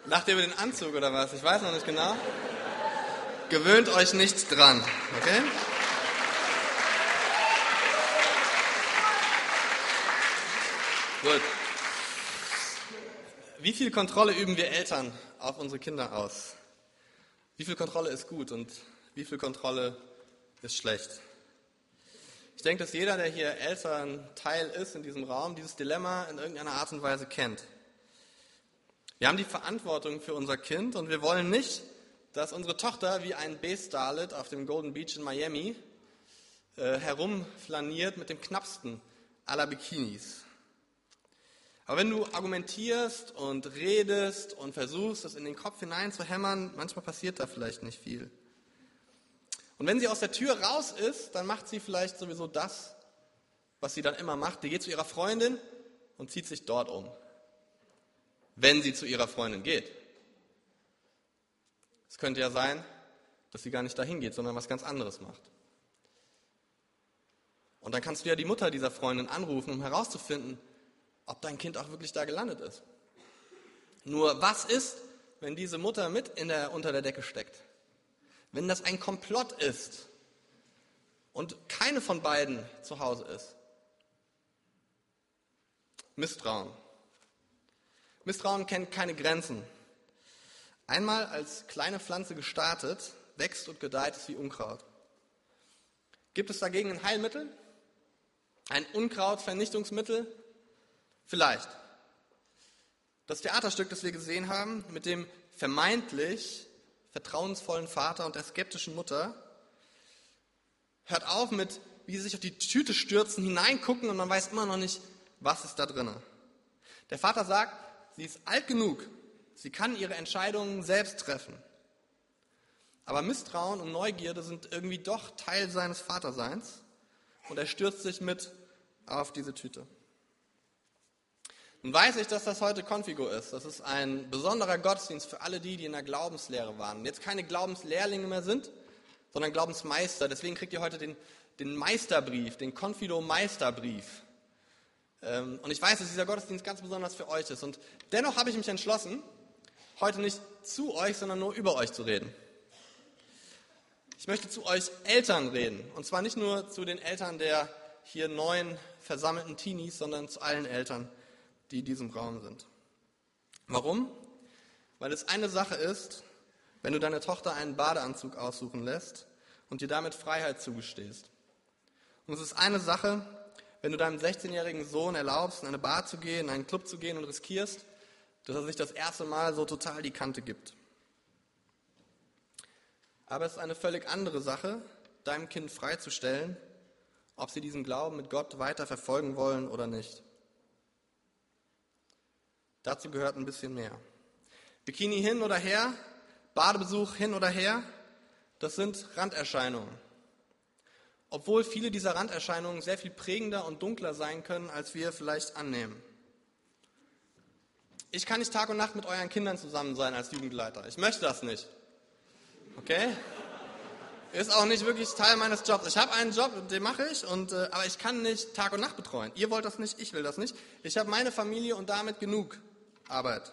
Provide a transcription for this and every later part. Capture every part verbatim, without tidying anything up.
Lacht ihr über den Anzug oder was? Ich weiß noch nicht genau. Gewöhnt euch nicht dran, okay? Gut. Wie viel Kontrolle üben wir Eltern auf unsere Kinder aus? Wie viel Kontrolle ist gut und wie viel Kontrolle ist schlecht? Ich denke, dass jeder, der hier Elternteil ist in diesem Raum, dieses Dilemma in irgendeiner Art und Weise kennt. Wir haben die Verantwortung für unser Kind und wir wollen nicht, dass unsere Tochter wie ein B-Starlet auf dem Golden Beach in Miami äh, herumflaniert mit dem knappsten aller Bikinis. Aber wenn du argumentierst und redest und versuchst, das in den Kopf hinein zu hämmern, manchmal passiert da vielleicht nicht viel. Und wenn sie aus der Tür raus ist, dann macht sie vielleicht sowieso das, was sie dann immer macht. Die geht zu ihrer Freundin und zieht sich dort um. Wenn sie zu ihrer Freundin geht. Es könnte ja sein, dass sie gar nicht dahin geht, sondern was ganz anderes macht. Und dann kannst du ja die Mutter dieser Freundin anrufen, um herauszufinden, ob dein Kind auch wirklich da gelandet ist. Nur was ist, wenn diese Mutter mit in der, unter der Decke steckt? Wenn das ein Komplott ist und keine von beiden zu Hause ist? Misstrauen. Misstrauen kennt keine Grenzen. Einmal als kleine Pflanze gestartet, wächst und gedeiht es wie Unkraut. Gibt es dagegen ein Heilmittel? Ein Unkrautvernichtungsmittel? Vielleicht. Das Theaterstück, das wir gesehen haben, mit dem vermeintlich vertrauensvollen Vater und der skeptischen Mutter, hört auf mit, wie sie sich auf die Tüte stürzen, hineingucken und man weiß immer noch nicht, was ist da drin. Der Vater sagt, sie ist alt genug, sie kann ihre Entscheidungen selbst treffen. Aber Misstrauen und Neugierde sind irgendwie doch Teil seines Vaterseins und er stürzt sich mit auf diese Tüte. Nun weiß ich, dass das heute Konfigo ist. Das ist ein besonderer Gottesdienst für alle die, die in der Glaubenslehre waren. Und jetzt keine Glaubenslehrlinge mehr sind, sondern Glaubensmeister. Deswegen kriegt ihr heute den, den Meisterbrief, den Konfido-Meisterbrief. Und ich weiß, dass dieser Gottesdienst ganz besonders für euch ist. Und dennoch habe ich mich entschlossen, heute nicht zu euch, sondern nur über euch zu reden. Ich möchte zu euch Eltern reden. Und zwar nicht nur zu den Eltern der hier neuen versammelten Teenies, sondern zu allen Eltern, die in diesem Raum sind. Warum? Weil es eine Sache ist, wenn du deine Tochter einen Badeanzug aussuchen lässt und dir damit Freiheit zugestehst. Und es ist eine Sache, wenn du deinem sechzehnjährigen Sohn erlaubst, in eine Bar zu gehen, in einen Club zu gehen und riskierst, dass er sich das erste Mal so total die Kante gibt. Aber es ist eine völlig andere Sache, deinem Kind freizustellen, ob sie diesen Glauben mit Gott weiter verfolgen wollen oder nicht. Dazu gehört ein bisschen mehr. Bikini hin oder her, Badebesuch hin oder her, das sind Randerscheinungen. Obwohl viele dieser Randerscheinungen sehr viel prägender und dunkler sein können, als wir vielleicht annehmen. Ich kann nicht Tag und Nacht mit euren Kindern zusammen sein als Jugendleiter. Ich möchte das nicht. Okay? Ist auch nicht wirklich Teil meines Jobs. Ich habe einen Job, den mache ich, und, äh, aber ich kann nicht Tag und Nacht betreuen. Ihr wollt das nicht, ich will das nicht. Ich habe meine Familie und damit genug Arbeit.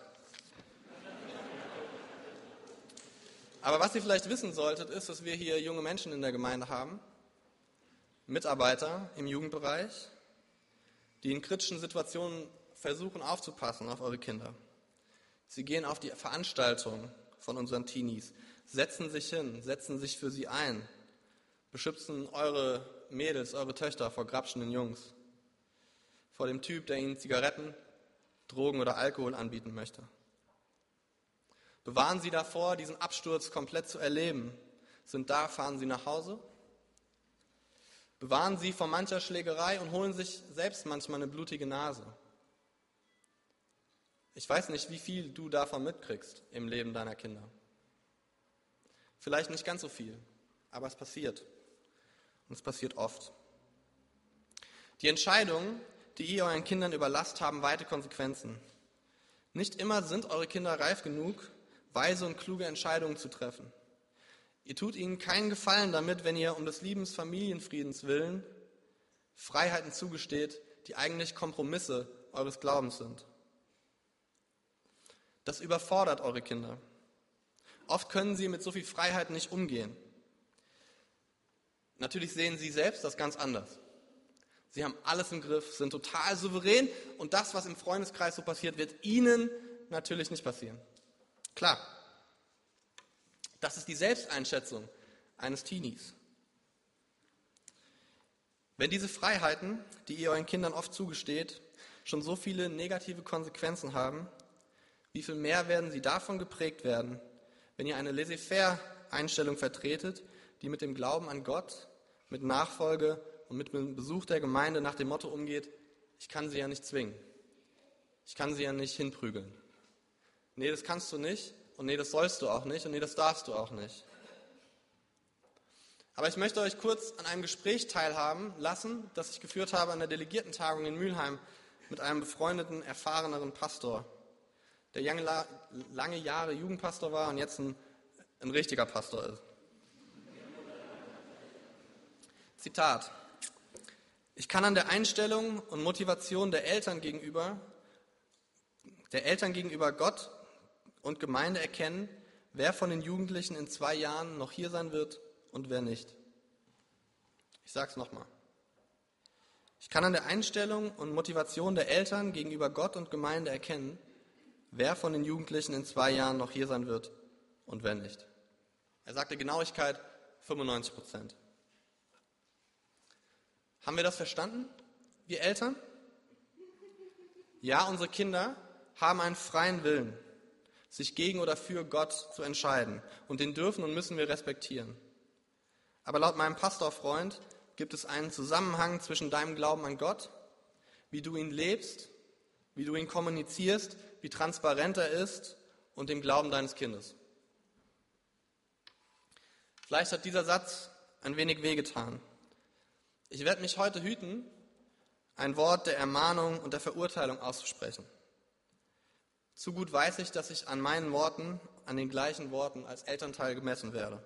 Aber was ihr vielleicht wissen solltet, ist, dass wir hier junge Menschen in der Gemeinde haben, Mitarbeiter im Jugendbereich, die in kritischen Situationen versuchen aufzupassen auf eure Kinder. Sie gehen auf die Veranstaltungen von unseren Teenies, setzen sich hin, setzen sich für sie ein, beschützen eure Mädels, eure Töchter vor grapschenden Jungs, vor dem Typ, der ihnen Zigaretten, Drogen oder Alkohol anbieten möchte. Bewahren sie davor, diesen Absturz komplett zu erleben. Sind da, fahren sie nach Hause. Bewahren sie vor mancher Schlägerei und holen sich selbst manchmal eine blutige Nase. Ich weiß nicht, wie viel du davon mitkriegst im Leben deiner Kinder. Vielleicht nicht ganz so viel, aber es passiert. Und es passiert oft. Die Entscheidungen, die ihr euren Kindern überlasst, haben weite Konsequenzen. Nicht immer sind eure Kinder reif genug, weise und kluge Entscheidungen zu treffen. Ihr tut ihnen keinen Gefallen damit, wenn ihr um des lieben Familienfriedens willen Freiheiten zugesteht, die eigentlich Kompromisse eures Glaubens sind. Das überfordert eure Kinder. Oft können sie mit so viel Freiheit nicht umgehen. Natürlich sehen sie selbst das ganz anders. Sie haben alles im Griff, sind total souverän und das, was im Freundeskreis so passiert, wird ihnen natürlich nicht passieren. Klar, das ist die Selbsteinschätzung eines Teenies. Wenn diese Freiheiten, die ihr euren Kindern oft zugesteht, schon so viele negative Konsequenzen haben, wie viel mehr werden sie davon geprägt werden, wenn ihr eine Laissez-faire-Einstellung vertretet, die mit dem Glauben an Gott, mit Nachfolge und mit dem Besuch der Gemeinde nach dem Motto umgeht, ich kann sie ja nicht zwingen, ich kann sie ja nicht hinprügeln. Nee, das kannst du nicht und nee, das sollst du auch nicht und nee, das darfst du auch nicht. Aber ich möchte euch kurz an einem Gespräch teilhaben lassen, das ich geführt habe an der Delegiertentagung in Mülheim mit einem befreundeten, erfahreneren Pastor, der lange Jahre Jugendpastor war und jetzt ein, ein richtiger Pastor ist. Zitat: Ich kann an der Einstellung und Motivation der Eltern gegenüber, der Eltern gegenüber Gott und Gemeinde erkennen, wer von den Jugendlichen in zwei Jahren noch hier sein wird und wer nicht. Ich sage es nochmal. Ich kann an der Einstellung und Motivation der Eltern gegenüber Gott und Gemeinde erkennen, wer von den Jugendlichen in zwei Jahren noch hier sein wird und wer nicht. Er sagte Genauigkeit fünfundneunzig Prozent. Haben wir das verstanden, wir Eltern? Ja, unsere Kinder haben einen freien Willen, sich gegen oder für Gott zu entscheiden. Und den dürfen und müssen wir respektieren. Aber laut meinem Pastorfreund gibt es einen Zusammenhang zwischen deinem Glauben an Gott, wie du ihn lebst, wie du ihn kommunizierst, wie transparent er ist und dem Glauben deines Kindes. Vielleicht hat dieser Satz ein wenig wehgetan. Ich werde mich heute hüten, ein Wort der Ermahnung und der Verurteilung auszusprechen. Zu gut weiß ich, dass ich an meinen Worten, an den gleichen Worten als Elternteil gemessen werde.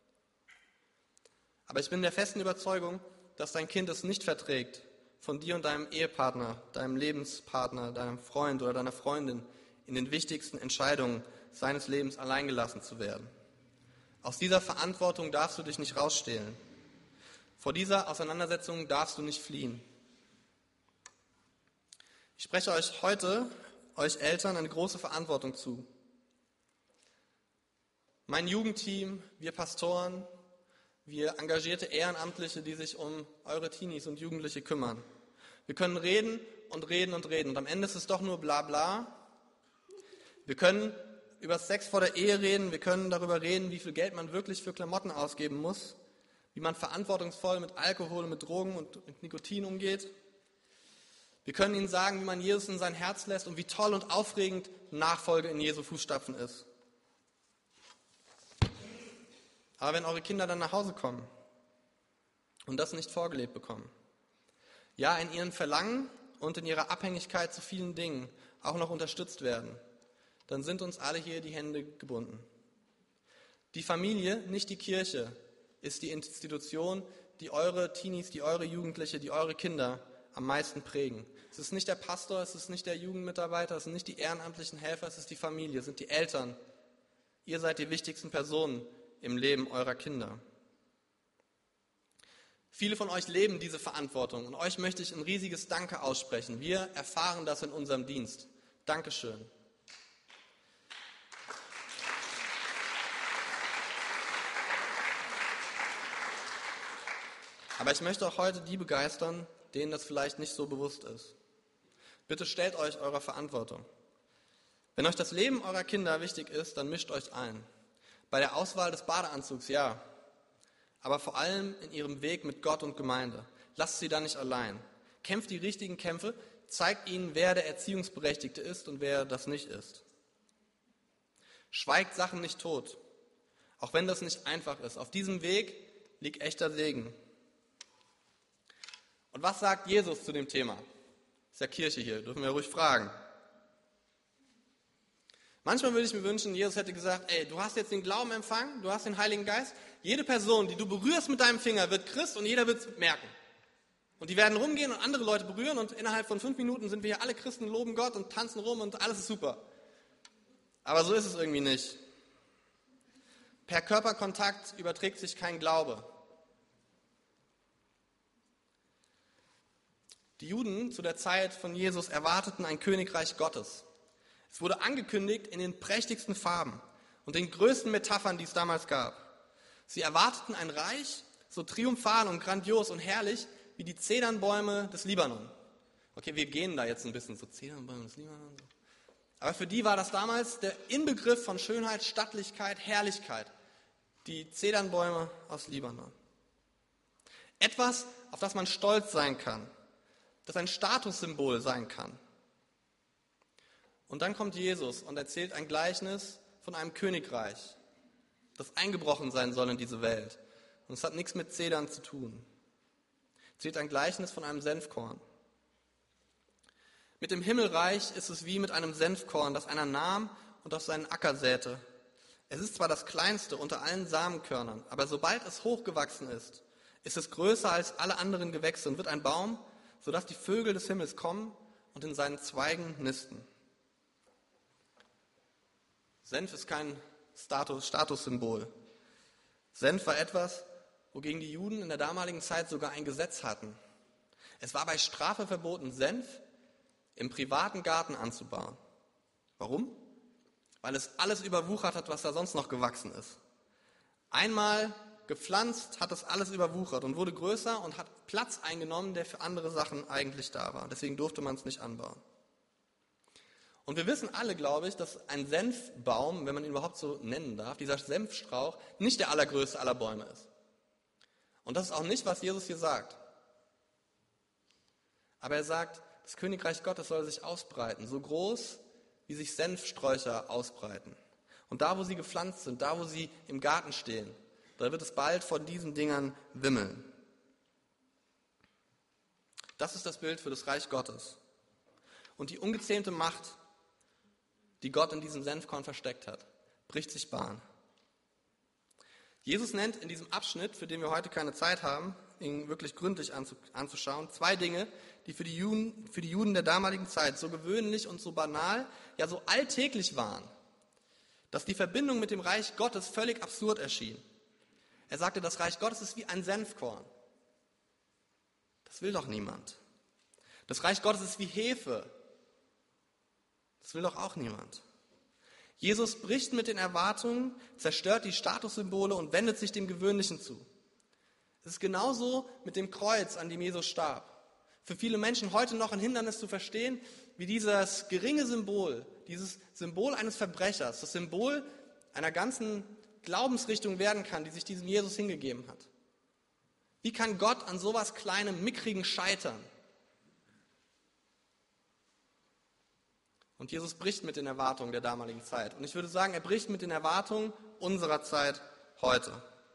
Aber ich bin der festen Überzeugung, dass dein Kind es nicht verträgt, von dir und deinem Ehepartner, deinem Lebenspartner, deinem Freund oder deiner Freundin in den wichtigsten Entscheidungen seines Lebens alleingelassen zu werden. Aus dieser Verantwortung darfst du dich nicht rausstehlen. Vor dieser Auseinandersetzung darfst du nicht fliehen. Ich spreche euch heute, euch Eltern, eine große Verantwortung zu. Mein Jugendteam, wir Pastoren, wir engagierte Ehrenamtliche, die sich um eure Teenies und Jugendliche kümmern. Wir können reden und reden und reden und am Ende ist es doch nur bla bla. Wir können über Sex vor der Ehe reden, wir können darüber reden, wie viel Geld man wirklich für Klamotten ausgeben muss, wie man verantwortungsvoll mit Alkohol, mit Drogen und mit Nikotin umgeht. Wir können ihnen sagen, wie man Jesus in sein Herz lässt und wie toll und aufregend Nachfolge in Jesu Fußstapfen ist. Aber wenn eure Kinder dann nach Hause kommen und das nicht vorgelebt bekommen, ja, in ihren Verlangen und in ihrer Abhängigkeit zu vielen Dingen auch noch unterstützt werden, dann sind uns alle hier die Hände gebunden. Die Familie, nicht die Kirche, ist die Institution, die eure Teenies, die eure Jugendliche, die eure Kinder am meisten prägen. Es ist nicht der Pastor, es ist nicht der Jugendmitarbeiter, es sind nicht die ehrenamtlichen Helfer, es ist die Familie, es sind die Eltern. Ihr seid die wichtigsten Personen im Leben eurer Kinder. Viele von euch leben diese Verantwortung und euch möchte ich ein riesiges Danke aussprechen. Wir erfahren das in unserem Dienst. Dankeschön. Aber ich möchte auch heute die begeistern, denen das vielleicht nicht so bewusst ist. Bitte stellt euch eurer Verantwortung. Wenn euch das Leben eurer Kinder wichtig ist, dann mischt euch ein. Bei der Auswahl des Badeanzugs, ja, aber vor allem in ihrem Weg mit Gott und Gemeinde. Lasst sie da nicht allein. Kämpft die richtigen Kämpfe, zeigt ihnen, wer der Erziehungsberechtigte ist und wer das nicht ist. Schweigt Sachen nicht tot, auch wenn das nicht einfach ist. Auf diesem Weg liegt echter Segen. Und was sagt Jesus zu dem Thema? Das ist ja Kirche hier, dürfen wir ruhig fragen. Manchmal würde ich mir wünschen, Jesus hätte gesagt, ey, du hast jetzt den Glauben empfangen, du hast den Heiligen Geist. Jede Person, die du berührst mit deinem Finger, wird Christ und jeder wird es merken. Und die werden rumgehen und andere Leute berühren und innerhalb von fünf Minuten sind wir hier alle Christen, loben Gott und tanzen rum und alles ist super. Aber so ist es irgendwie nicht. Per Körperkontakt überträgt sich kein Glaube. Die Juden zu der Zeit von Jesus erwarteten ein Königreich Gottes. Es wurde angekündigt in den prächtigsten Farben und den größten Metaphern, die es damals gab. Sie erwarteten ein Reich so triumphal und grandios und herrlich wie die Zedernbäume des Libanon. Okay, wir gehen da jetzt ein bisschen so Zedernbäume des Libanon. Aber für die war das damals der Inbegriff von Schönheit, Stattlichkeit, Herrlichkeit. Die Zedernbäume aus Libanon. Etwas, auf das man stolz sein kann, das ein Statussymbol sein kann. Und dann kommt Jesus und erzählt ein Gleichnis von einem Königreich, das eingebrochen sein soll in diese Welt. Und es hat nichts mit Zedern zu tun. Er erzählt ein Gleichnis von einem Senfkorn. Mit dem Himmelreich ist es wie mit einem Senfkorn, das einer nahm und auf seinen Acker säte. Es ist zwar das kleinste unter allen Samenkörnern, aber sobald es hochgewachsen ist, ist es größer als alle anderen Gewächse und wird ein Baum, sodass die Vögel des Himmels kommen und in seinen Zweigen nisten. Senf ist kein Status, Statussymbol. Senf war etwas, wogegen die Juden in der damaligen Zeit sogar ein Gesetz hatten. Es war bei Strafe verboten, Senf im privaten Garten anzubauen. Warum? Weil es alles überwuchert hat, was da sonst noch gewachsen ist. Einmal gepflanzt hat es alles überwuchert und wurde größer und hat Platz eingenommen, der für andere Sachen eigentlich da war. Deswegen durfte man es nicht anbauen. Und wir wissen alle, glaube ich, dass ein Senfbaum, wenn man ihn überhaupt so nennen darf, dieser Senfstrauch, nicht der allergrößte aller Bäume ist. Und das ist auch nicht, was Jesus hier sagt. Aber er sagt, das Königreich Gottes soll sich ausbreiten, so groß, wie sich Senfsträucher ausbreiten. Und da, wo sie gepflanzt sind, da, wo sie im Garten stehen, da wird es bald von diesen Dingern wimmeln. Das ist das Bild für das Reich Gottes. Und die ungezähmte Macht, die Gott in diesem Senfkorn versteckt hat, bricht sich Bahn. Jesus nennt in diesem Abschnitt, für den wir heute keine Zeit haben, ihn wirklich gründlich anzuschauen, zwei Dinge, die für die Juden, für die Juden der damaligen Zeit so gewöhnlich und so banal, ja so alltäglich waren, dass die Verbindung mit dem Reich Gottes völlig absurd erschien. Er sagte, das Reich Gottes ist wie ein Senfkorn. Das will doch niemand. Das Reich Gottes ist wie Hefe. Das will doch auch niemand. Jesus bricht mit den Erwartungen, zerstört die Statussymbole und wendet sich dem Gewöhnlichen zu. Es ist genauso mit dem Kreuz, an dem Jesus starb. Für viele Menschen heute noch ein Hindernis zu verstehen, wie dieses geringe Symbol, dieses Symbol eines Verbrechers, das Symbol einer ganzen Glaubensrichtung werden kann, die sich diesem Jesus hingegeben hat. Wie kann Gott an sowas Kleinem, Mickrigen scheitern? Und Jesus bricht mit den Erwartungen der damaligen Zeit. Und ich würde sagen, er bricht mit den Erwartungen unserer Zeit heute.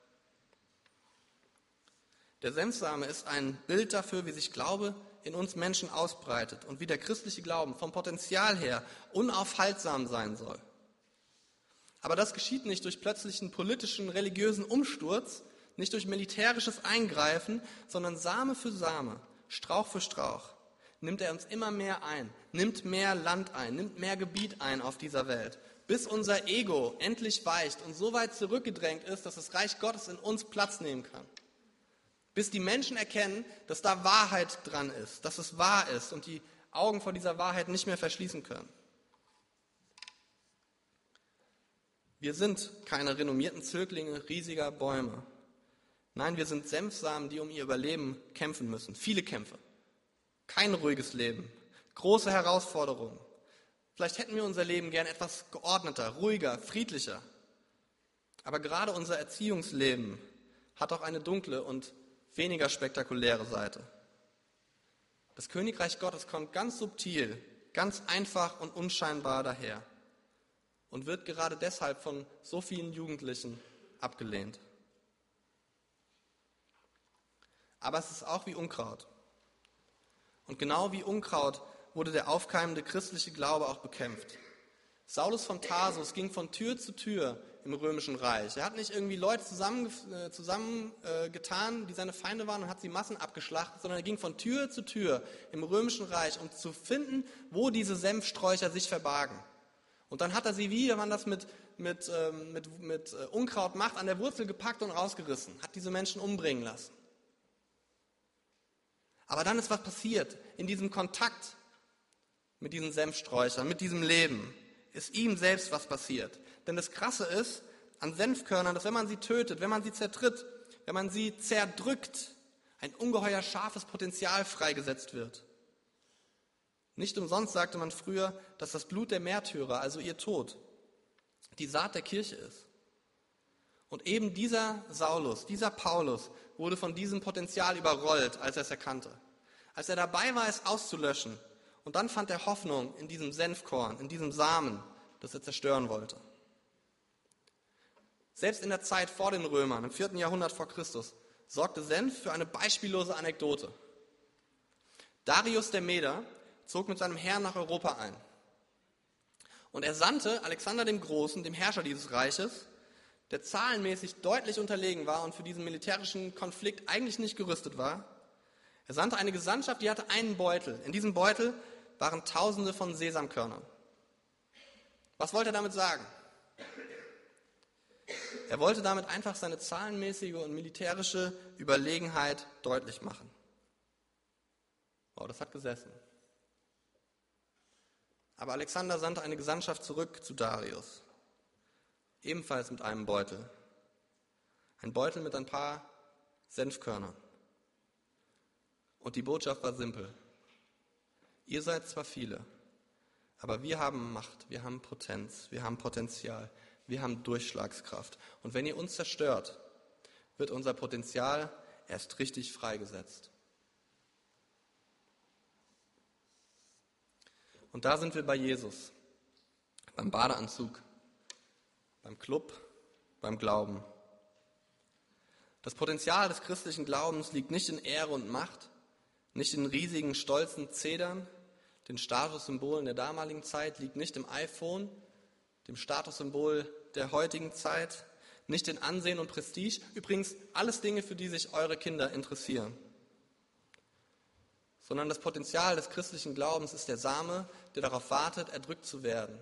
Der Senfsame ist ein Bild dafür, wie sich Glaube in uns Menschen ausbreitet und wie der christliche Glauben vom Potenzial her unaufhaltsam sein soll. Aber das geschieht nicht durch plötzlichen politischen, religiösen Umsturz, nicht durch militärisches Eingreifen, sondern Same für Same, Strauch für Strauch, nimmt er uns immer mehr ein, nimmt mehr Land ein, nimmt mehr Gebiet ein auf dieser Welt, bis unser Ego endlich weicht und so weit zurückgedrängt ist, dass das Reich Gottes in uns Platz nehmen kann. Bis die Menschen erkennen, dass da Wahrheit dran ist, dass es wahr ist und die Augen vor dieser Wahrheit nicht mehr verschließen können. Wir sind keine renommierten Zöglinge riesiger Bäume. Nein, wir sind Senfsamen, die um ihr Überleben kämpfen müssen. Viele Kämpfe. Kein ruhiges Leben. Große Herausforderungen. Vielleicht hätten wir unser Leben gern etwas geordneter, ruhiger, friedlicher. Aber gerade unser Erziehungsleben hat auch eine dunkle und weniger spektakuläre Seite. Das Königreich Gottes kommt ganz subtil, ganz einfach und unscheinbar daher und wird gerade deshalb von so vielen Jugendlichen abgelehnt. Aber es ist auch wie Unkraut. Und genau wie Unkraut wurde der aufkeimende christliche Glaube auch bekämpft. Saulus von Tarsus ging von Tür zu Tür im Römischen Reich. Er hat nicht irgendwie Leute zusammengetan, zusammen, äh, getan, die seine Feinde waren und hat sie Massen abgeschlachtet, sondern er ging von Tür zu Tür im Römischen Reich, um zu finden, wo diese Senfsträucher sich verbargen. Und dann hat er sie, wie man das mit, mit, ähm, mit, mit äh, Unkraut macht, an der Wurzel gepackt und rausgerissen, hat diese Menschen umbringen lassen. Aber dann ist was passiert. In diesem Kontakt mit diesen Senfsträuchern, mit diesem Leben, ist ihm selbst was passiert. Denn das Krasse ist an Senfkörnern, dass wenn man sie tötet, wenn man sie zertritt, wenn man sie zerdrückt, ein ungeheuer scharfes Potenzial freigesetzt wird. Nicht umsonst sagte man früher, dass das Blut der Märtyrer, also ihr Tod, die Saat der Kirche ist. Und eben dieser Saulus, dieser Paulus, wurde von diesem Potenzial überrollt, als er es erkannte. Als er dabei war, es auszulöschen. Und dann fand er Hoffnung in diesem Senfkorn, in diesem Samen, das er zerstören wollte. Selbst in der Zeit vor den Römern, im vierten Jahrhundert vor Christus, sorgte Senf für eine beispiellose Anekdote. Darius der Meder zog mit seinem Heer nach Europa ein. Und er sandte Alexander dem Großen, dem Herrscher dieses Reiches, der zahlenmäßig deutlich unterlegen war und für diesen militärischen Konflikt eigentlich nicht gerüstet war. Er sandte eine Gesandtschaft, die hatte einen Beutel. In diesem Beutel waren Tausende von Sesamkörnern. Was wollte er damit sagen? Er wollte damit einfach seine zahlenmäßige und militärische Überlegenheit deutlich machen. Wow, das hat gesessen. Aber Alexander sandte eine Gesandtschaft zurück zu Darius. Ebenfalls mit einem Beutel. Ein Beutel mit ein paar Senfkörnern. Und die Botschaft war simpel. Ihr seid zwar viele, aber wir haben Macht, wir haben Potenz, wir haben Potenzial, wir haben Durchschlagskraft. Und wenn ihr uns zerstört, wird unser Potenzial erst richtig freigesetzt. Und da sind wir bei Jesus, beim Badeanzug, beim Club, beim Glauben. Das Potenzial des christlichen Glaubens liegt nicht in Ehre und Macht, nicht in riesigen, stolzen Zedern, den Statussymbolen der damaligen Zeit, liegt nicht im iPhone, dem Statussymbol der heutigen Zeit, nicht in Ansehen und Prestige. Übrigens alles Dinge, für die sich eure Kinder interessieren. Sondern das Potenzial des christlichen Glaubens ist der Same, der darauf wartet, erdrückt zu werden.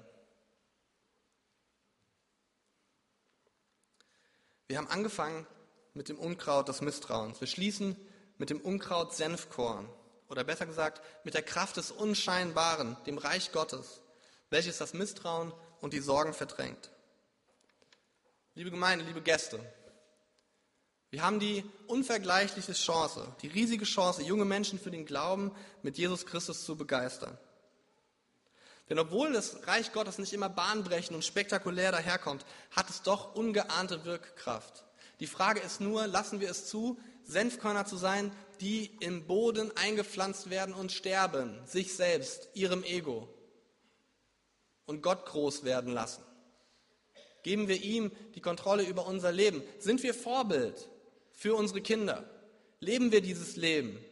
Wir haben angefangen mit dem Unkraut des Misstrauens. Wir schließen mit dem Unkraut Senfkorn. Oder besser gesagt, mit der Kraft des Unscheinbaren, dem Reich Gottes, welches das Misstrauen und die Sorgen verdrängt. Liebe Gemeinde, liebe Gäste, wir haben die unvergleichliche Chance, die riesige Chance, junge Menschen für den Glauben mit Jesus Christus zu begeistern. Denn obwohl das Reich Gottes nicht immer bahnbrechend und spektakulär daherkommt, hat es doch ungeahnte Wirkkraft. Die Frage ist nur, lassen wir es zu, Senfkörner zu sein, die im Boden eingepflanzt werden und sterben, sich selbst, ihrem Ego, und Gott groß werden lassen? Geben wir ihm die Kontrolle über unser Leben? Sind wir Vorbild für unsere Kinder? Leben wir dieses Leben?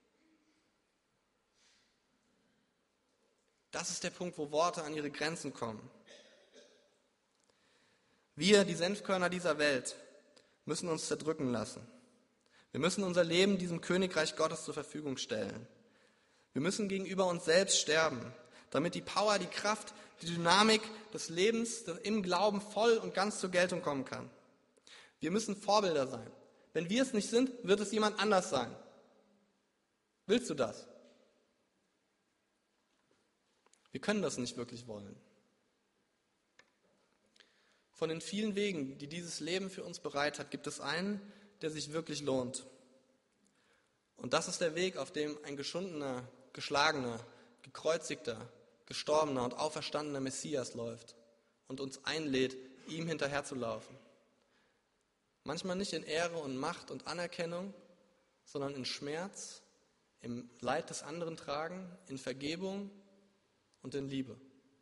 Das ist der Punkt, wo Worte an ihre Grenzen kommen. Wir, die Senfkörner dieser Welt, müssen uns zerdrücken lassen. Wir müssen unser Leben diesem Königreich Gottes zur Verfügung stellen. Wir müssen gegenüber uns selbst sterben, damit die Power, die Kraft, die Dynamik des Lebens im Glauben voll und ganz zur Geltung kommen kann. Wir müssen Vorbilder sein. Wenn wir es nicht sind, wird es jemand anders sein. Willst du das? Wir können das nicht wirklich wollen. Von den vielen Wegen, die dieses Leben für uns bereit hat, gibt es einen, der sich wirklich lohnt. Und das ist der Weg, auf dem ein geschundener, geschlagener, gekreuzigter, gestorbener und auferstandener Messias läuft und uns einlädt, ihm hinterherzulaufen. Manchmal nicht in Ehre und Macht und Anerkennung, sondern in Schmerz, im Leid des anderen tragen, in Vergebung und in Liebe.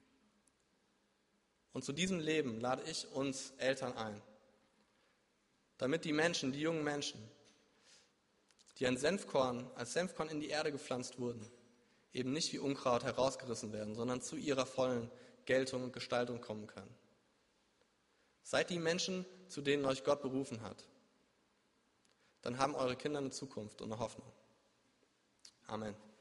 Und zu diesem Leben lade ich uns Eltern ein, damit die Menschen, die jungen Menschen, die ein Senfkorn, als Senfkorn in die Erde gepflanzt wurden, eben nicht wie Unkraut herausgerissen werden, sondern zu ihrer vollen Geltung und Gestaltung kommen können. Seid die Menschen, zu denen euch Gott berufen hat. Dann haben eure Kinder eine Zukunft und eine Hoffnung. Amen.